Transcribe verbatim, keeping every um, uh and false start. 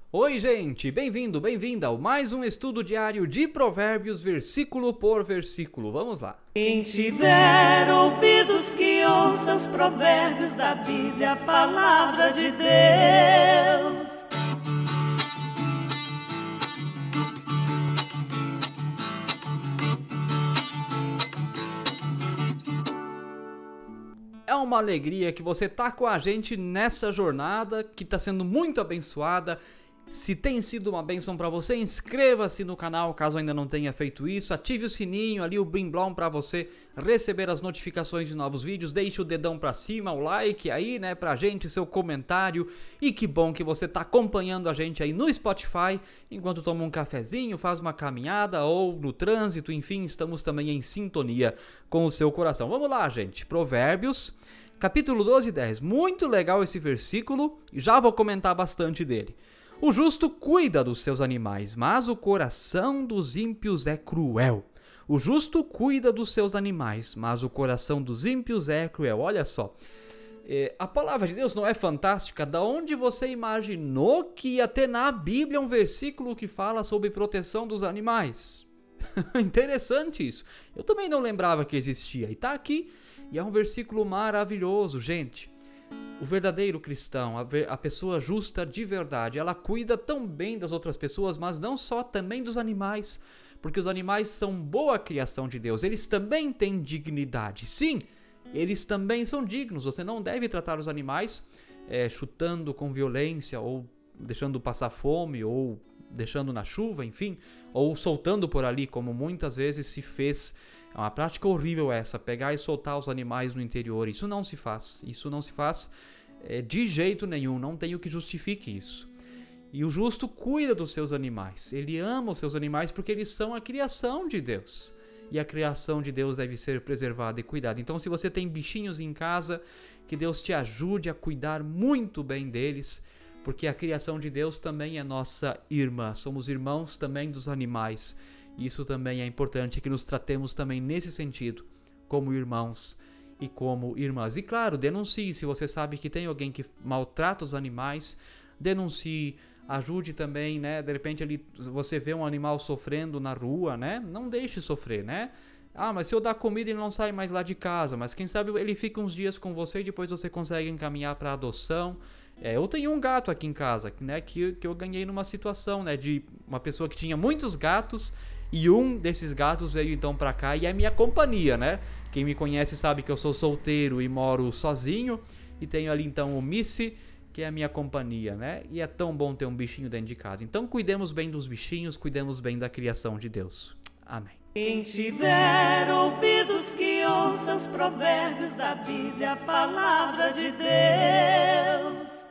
Oi, gente! Bem-vindo, bem-vinda ao mais um estudo diário de Provérbios, versículo por versículo. Vamos lá! Quem tiver ouvidos que ouça os provérbios da Bíblia, a palavra de Deus. É uma alegria que você tá com a gente nessa jornada que está sendo muito abençoada. Se tem sido uma bênção para você, inscreva-se no canal caso ainda não tenha feito isso, ative o sininho ali, o blim-blom para você receber as notificações de novos vídeos, deixe o dedão para cima, o like aí, né, pra gente, seu comentário, e que bom que você tá acompanhando a gente aí no Spotify, enquanto toma um cafezinho, faz uma caminhada ou no trânsito, enfim, estamos também em sintonia com o seu coração. Vamos lá, gente, Provérbios, capítulo doze, dez, muito legal esse versículo, já vou comentar bastante dele. O justo cuida dos seus animais, mas o coração dos ímpios é cruel. O justo cuida dos seus animais, mas o coração dos ímpios é cruel. Olha só, é, a palavra de Deus não é fantástica? Da onde você imaginou que ia ter na Bíblia um versículo que fala sobre proteção dos animais? Interessante isso. Eu também não lembrava que existia. E tá aqui, e é um versículo maravilhoso, gente. O verdadeiro cristão, a, ver, a pessoa justa de verdade, ela cuida tão bem das outras pessoas, mas não só, também dos animais, porque os animais são boa criação de Deus, eles também têm dignidade, sim, eles também são dignos, você não deve tratar os animais é, chutando com violência, ou deixando passar fome, ou deixando na chuva, enfim, ou soltando por ali, como muitas vezes se fez. É uma prática horrível essa, pegar e soltar os animais no interior. Isso não se faz. Isso não se faz é, de jeito nenhum. Não tem o que justifique isso. E o justo cuida dos seus animais. Ele ama os seus animais porque eles são a criação de Deus. E a criação de Deus deve ser preservada e cuidada. Então, se você tem bichinhos em casa, que Deus te ajude a cuidar muito bem deles, porque a criação de Deus também é nossa irmã. Somos irmãos também dos animais. Isso também é importante que nos tratemos também nesse sentido, como irmãos e como irmãs. E claro, denuncie se você sabe que tem alguém que maltrata os animais, denuncie, ajude também, né? De repente ali você vê um animal sofrendo na rua, né? Não deixe sofrer, né? Ah, mas se eu dar comida ele não sai mais lá de casa, mas quem sabe ele fica uns dias com você e depois você consegue encaminhar para adoção. É, eu tenho um gato aqui em casa, né? Que, que eu ganhei numa situação, né? De uma pessoa que tinha muitos gatos. E um desses gatos veio então pra cá e é minha companhia, né? Quem me conhece sabe que eu sou solteiro e moro sozinho. E tenho ali então o Missy, que é a minha companhia, né? E é tão bom ter um bichinho dentro de casa. Então cuidemos bem dos bichinhos, cuidemos bem da criação de Deus. Amém. Quem tiver ouvidos que ouça os provérbios da Bíblia, a palavra de Deus.